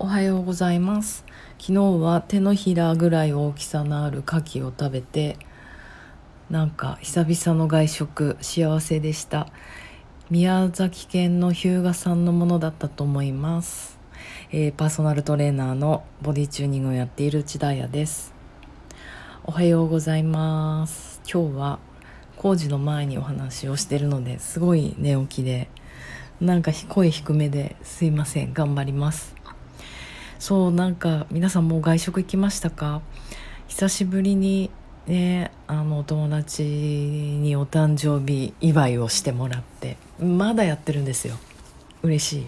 おはようございます。昨日は手のひらぐらい大きさのある牡蠣を食べて、なんか久々の外食、幸せでした。宮崎県の日向さんのものだったと思います。パーソナルトレーナーのボディチューニングをやっている内田彩です。おはようございます。今日は工事の前にお話をしているのですごい寝起きで、なんか声低めですいません。頑張ります。なんか皆さんもう外食行きましたか？久しぶりにね、お友達にお誕生日祝いをしてもらって、まだやってるんですよ。嬉しい。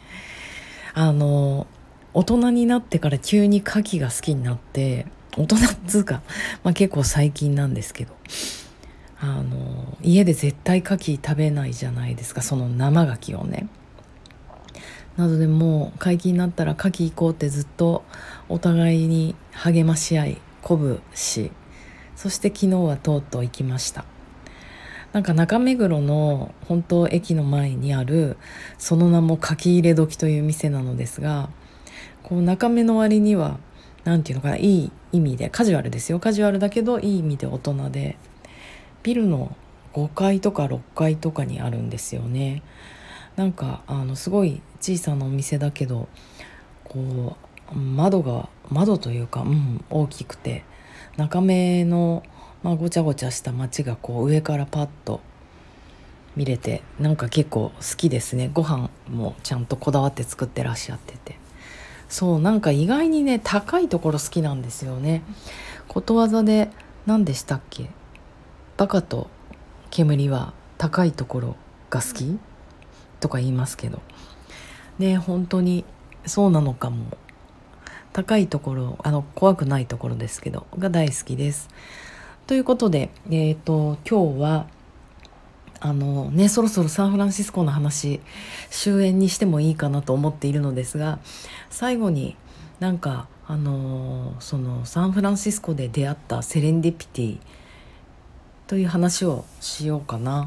大人になってから急に牡蠣が好きになって、大人っつうか、結構最近なんですけど、家で絶対牡蠣食べないじゃないですか、その生牡蠣をね。なのでもう解禁になったら牡蠣行こうってずっとお互いに励まし合い鼓舞し、そして昨日はとうとう行きました。なんか中目黒の本当駅の前にある、その名も牡蠣入れ時という店なのですが、こう中目の割にはなんていうのかな、いい意味でカジュアルですよ。カジュアルだけどいい意味で大人で、ビルの5階とか6階とかにあるんですよね。なんかすごい小さなお店だけど、こう窓というか、大きくて、中目の、ごちゃごちゃした街がこう上からパッと見れて、なんか結構好きですね。ご飯もちゃんとこだわって作ってらっしゃってて、なんか意外にね、高いところ好きなんですよね。ことわざで何でしたっけ？バカと煙は高いところが好きとか言いますけどね、本当にそうなのかも。高いところ、怖くないところですけどが大好きです。ということで、今日はそろそろサンフランシスコの話終焉にしてもいいかなと思っているのですが、最後になんかそのサンフランシスコで出会ったセレンディピティという話をしようかな。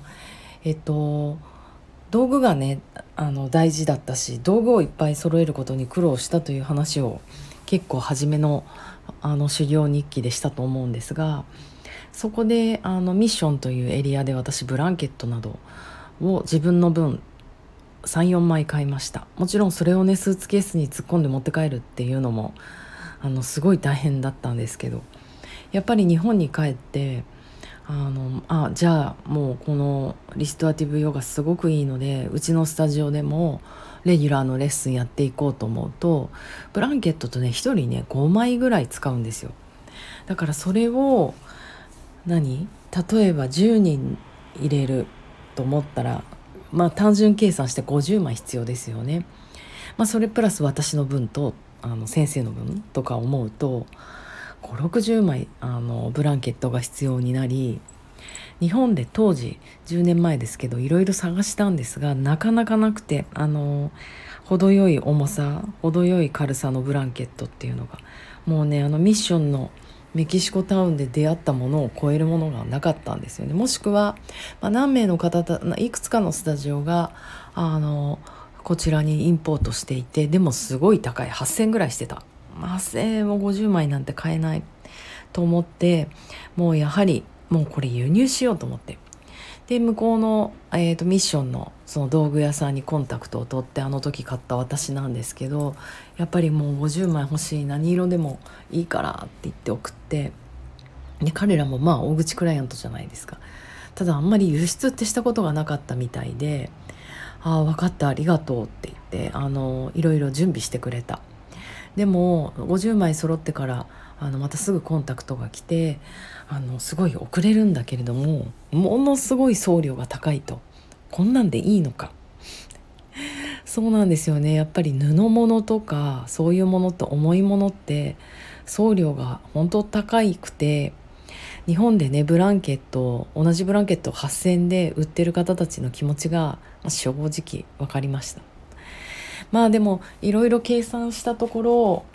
道具がね大事だったし、道具をいっぱい揃えることに苦労したという話を結構初めの修行日記でしたと思うんですが、そこでミッションというエリアで私ブランケットなどを自分の分3、4枚買いました。もちろんそれをねスーツケースに突っ込んで持って帰るっていうのもすごい大変だったんですけど、やっぱり日本に帰ってじゃあもうこのリストアティブヨガすごくいいので、うちのスタジオでもレギュラーのレッスンやっていこうと思うと、ブランケットとね1人ね5枚ぐらい使うんですよ。だからそれを例えば10人入れると思ったら、単純計算して50枚必要ですよね。それプラス私の分と先生の分とか思うと5、60枚ブランケットが必要になり、日本で当時10年前ですけどいろいろ探したんですが、なかなかなくて、程よい重さ、程よい軽さのブランケットっていうのが、もうねミッションのメキシコタウンで出会ったものを超えるものがなかったんですよね。もしくは、何名の方いくつかのスタジオがこちらにインポートしていて、でもすごい高い8000ぐらいしてた。8000円を50枚なんて買えないと思って、もうやはりもうこれ輸入しようと思って、で向こうの、ミッションのその道具屋さんにコンタクトを取って、あの時買った私なんですけど、やっぱりもう50枚欲しい、何色でもいいからって言って送って、で彼らも大口クライアントじゃないですか。ただあんまり輸出ってしたことがなかったみたいで、分かった、ありがとうって言っていろいろ準備してくれた。でも50枚揃ってからまたすぐコンタクトが来て、すごい遅れるんだけれども、ものすごい送料が高いと。こんなんでいいのか。そうなんですよね。やっぱり布物とかそういうものと重いものって送料が本当高くて、日本でね同じブランケットを8000円で売ってる方たちの気持ちが、正直分かりました。でもいろいろ計算したところ、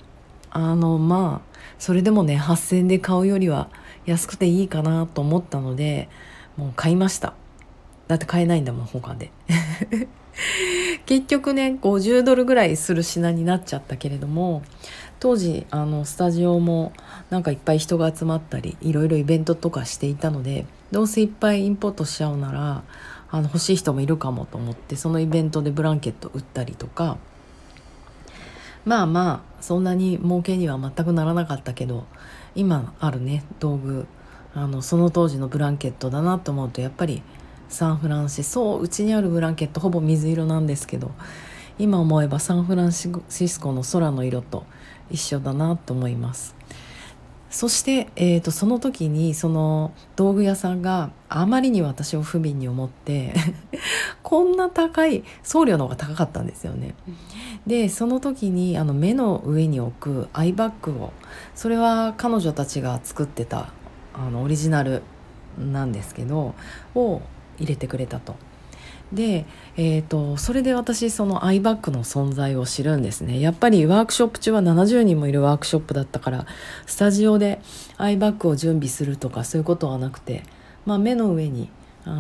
それでもね8000円で買うよりは安くていいかなと思ったので、もう買いました。だって買えないんだもん他で結局ね$50ぐらいする品になっちゃったけれども、当時スタジオもなんかいっぱい人が集まったりいろいろイベントとかしていたので、どうせいっぱいインポートしちゃうなら欲しい人もいるかもと思って、そのイベントでブランケット売ったりとか、まあまあそんなに儲けには全くならなかったけど、今あるね道具、その当時のブランケットだなと思うと、やっぱりサンフランシスコ、うちにあるブランケットほぼ水色なんですけど、今思えばサンフランシスコの空の色と一緒だなと思います。そして、その時にその道具屋さんがあまりに私を不憫に思ってこんな高い送料の方が高かったんですよね。でその時に目の上に置くアイバッグを、それは彼女たちが作ってたオリジナルなんですけどを入れてくれたと。で、それで私そのアイバッグの存在を知るんですね。やっぱりワークショップ中は70人もいるワークショップだったから、スタジオでアイバッグを準備するとかそういうことはなくて、目の上に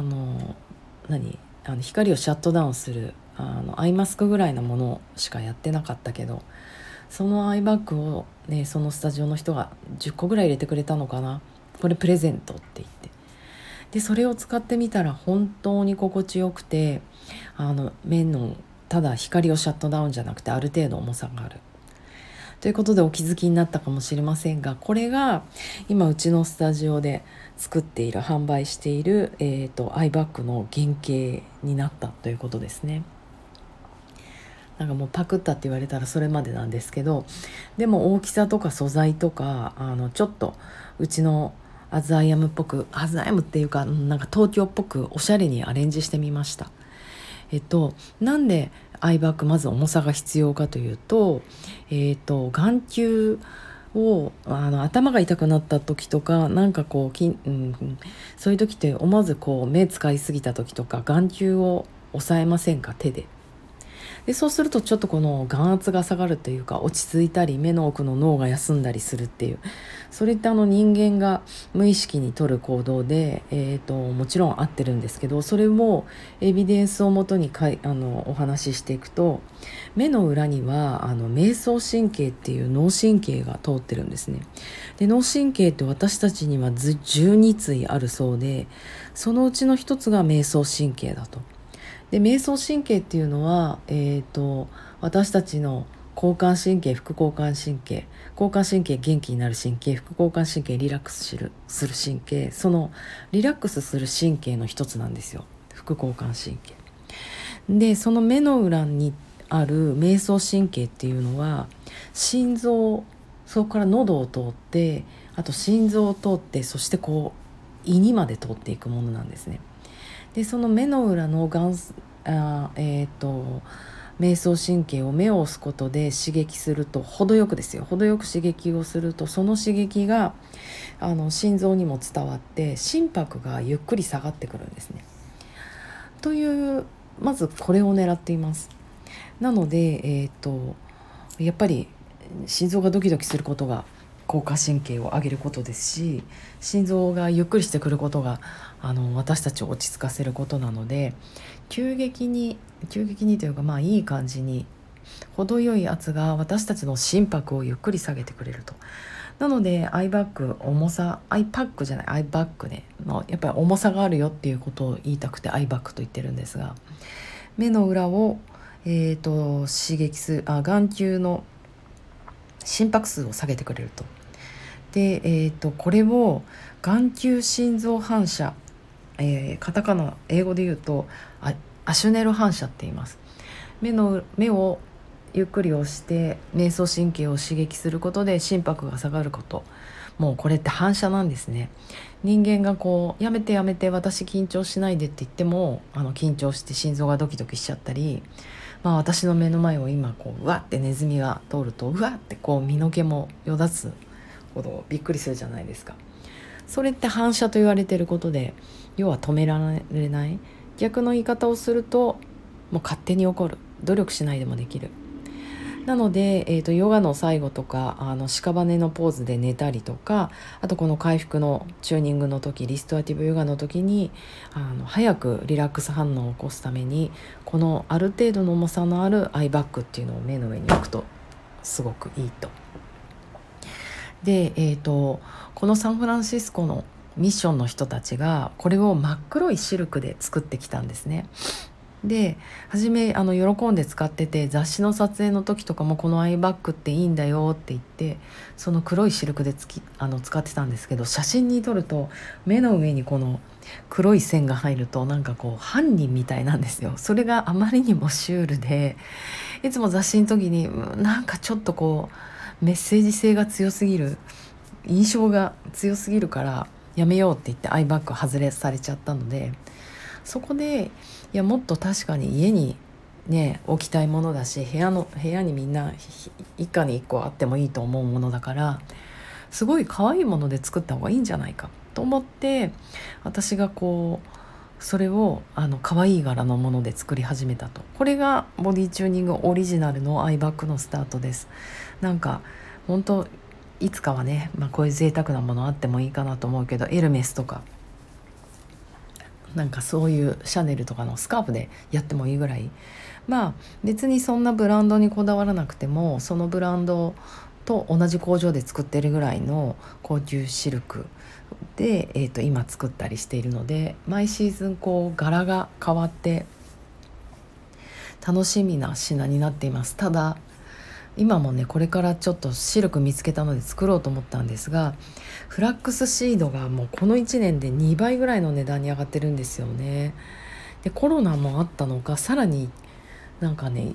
光をシャットダウンするアイマスクぐらいなものしかやってなかったけど、そのアイバッグを、ね、そのスタジオの人が10個ぐらい入れてくれたのかな。これプレゼントって言って、でそれを使ってみたら本当に心地よくて、目のただ光をシャットダウンじゃなくてある程度重さがあるということでお気づきになったかもしれませんが、これが今うちのスタジオで作っている販売している、アイバッグの原型になったということですね。なんかもうパクったって言われたらそれまでなんですけど、でも大きさとか素材とかちょっとうちのアズアイアムっぽく、アズアイアムっていうかなんか東京っぽくおしゃれにアレンジしてみました。なんでアイバッグまず重さが必要かというと、眼球を頭が痛くなった時とか、なんかこうそういう時って思わずこう目使いすぎた時とか眼球を押さえませんか、手で。でそうするとちょっとこの眼圧が下がるというか、落ち着いたり目の奥の脳が休んだりするっていう、それって人間が無意識に取る行動で、もちろん合ってるんですけど、それもエビデンスをもとにお話ししていくと、目の裏には迷走神経っていう脳神経が通ってるんですね。で脳神経って私たちには12対あるそうで、そのうちの一つが迷走神経だと。で迷走神経っていうのは、私たちの交感神経、副交感神経、交感神経元気になる神経、副交感神経リラックスする神経、そのリラックスする神経の一つなんですよ、副交感神経で。その目の裏にある迷走神経っていうのは心臓、そこから喉を通って、あと心臓を通って、そしてこう胃にまで通っていくものなんですね。でその目の裏の迷走神経を目を押すことで刺激すると、程よく刺激をすると、その刺激が心臓にも伝わって心拍がゆっくり下がってくるんですね。というまずこれを狙っています。なので、やっぱり心臓がドキドキすることが交感神経を上げることですし、心臓がゆっくりしてくることが私たちを落ち着かせることなので、急激にというか、いい感じに程よい圧が私たちの心拍をゆっくり下げてくれると。なのでアイバッグ、重さ、アイパックじゃないアイバッグねのやっぱり重さがあるよっていうことを言いたくてアイバッグと言ってるんですが、目の裏を、刺激する眼球の心拍数を下げてくれると。で、これを眼球心臓反射、カタカナ英語で言うとアシュネル反射って言います。目をゆっくり押して迷走神経を刺激することで心拍が下がること、もうこれって反射なんですね。人間がこうやめて私緊張しないでって言っても緊張して心臓がドキドキしちゃったり、私の目の前を今こううわってネズミが通るとうわってこう身の毛もよだつほどびっくりするじゃないですか。それって反射と言われていることで、要は止められない。逆の言い方をするともう勝手に起こる、努力しないでもできる。 なので、ヨガの最後とか屍のポーズで寝たりとか、あとこの回復のチューニングの時、リストアティブヨガの時に早くリラックス反応を起こすために、このある程度の重さのあるアイバッグっていうのを目の上に置くとすごくいいと。で、このサンフランシスコのミッションの人たちがこれを真っ黒いシルクで作ってきたんですね。で初め喜んで使ってて、雑誌の撮影の時とかもこのアイバッグっていいんだよって言ってその黒いシルクで使ってたんですけど、写真に撮ると目の上にこの黒い線が入るとなんかこう犯人みたいなんですよ。それがあまりにもシュールで、いつも雑誌の時になんかちょっとこうメッセージ性が強すぎる、印象が強すぎるからやめようって言ってアイバッグ外れされちゃったので、そこでもっと確かに家にね置きたいものだし、部屋にみんな一家に一個あってもいいと思うものだから、すごい可愛いもので作った方がいいんじゃないかと思って、私がこうそれを可愛い柄のもので作り始めたと。これがボディチューニングオリジナルのアイバッグのスタートです。なんか本当いつかはね、こういう贅沢なものあってもいいかなと思うけど、エルメスとかなんかそういうシャネルとかのスカーフでやってもいいぐらい、別にそんなブランドにこだわらなくても、そのブランドと同じ工場で作ってるぐらいの高級シルクで、今作ったりしているので、毎シーズンこう柄が変わって楽しみな品になっています。ただ今もねこれからちょっとシルク見つけたので作ろうと思ったんですが、フラックスシードがもうこの1年で2倍ぐらいの値段に上がってるんですよね。でコロナもあったのか、さらになんかね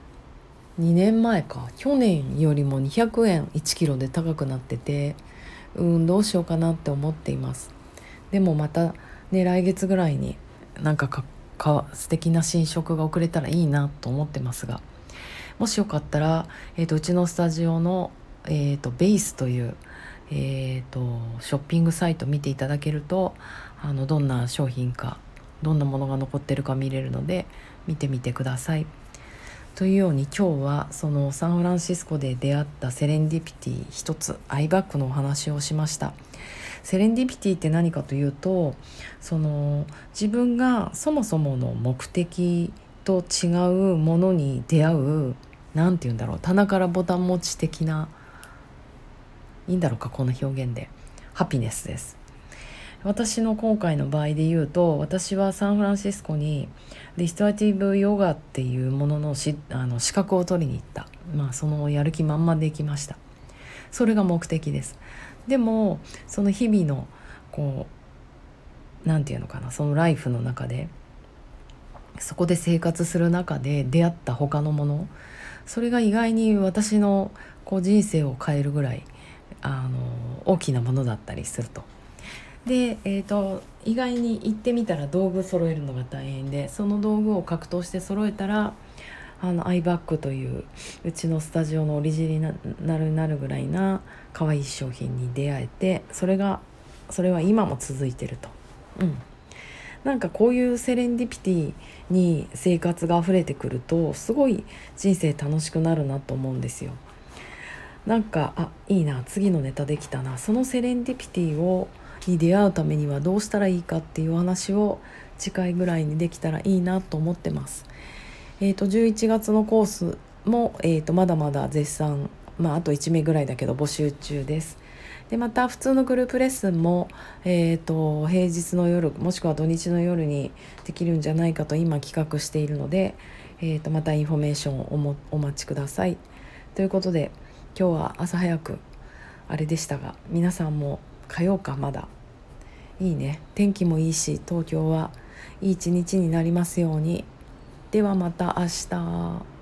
2年前か去年よりも200円1キロで高くなってて、どうしようかなって思っています。でもまたね来月ぐらいになんか素敵な新色が送れたらいいなと思ってますが、もしよかったら、うちのスタジオの、ベースという、ショッピングサイト見ていただけるとどんな商品かどんなものが残ってるか見れるので見てみてください。というように今日はそのサンフランシスコで出会ったセレンディピティ一つアイバッグのお話をしました。セレンディピティって何かというと、その自分がそもそもの目的と違うものに出会う、なんて言うんだろう、棚からボタン持ち的な、いいんだろうかこの表現で、ハピネスです。私の今回の場合で言うと、私はサンフランシスコにリストアティブヨガっていうものの資格を取りに行った、そのやる気満々で行きました。それが目的です。でもその日々のこうなんていうのかな、そのライフの中でそこで生活する中で出会った他のもの、それが意外に私のこう人生を変えるぐらい大きなものだったりすると。で、意外に行ってみたら道具揃えるのが大変で、その道具を格闘して揃えたらアイバッグといううちのスタジオのオリジナルになるぐらいな可愛い商品に出会えて、それは今も続いてると。なんかこういうセレンディピティに生活が溢れてくるとすごい人生楽しくなるなと思うんですよ。なんかいいな、次のネタできたな。そのセレンディピティに出会うためにはどうしたらいいかっていう話を次回ぐらいにできたらいいなと思ってます。11月のコースも、まだまだ絶賛、あと1名ぐらいだけど募集中です。でまた普通のグループレッスンも、平日の夜もしくは土日の夜にできるんじゃないかと今企画しているので、またインフォメーションをお待ちください。ということで今日は朝早くあれでしたが、皆さんも火曜かまだいいね、天気もいいし東京はいい一日になりますように。ではまた明日。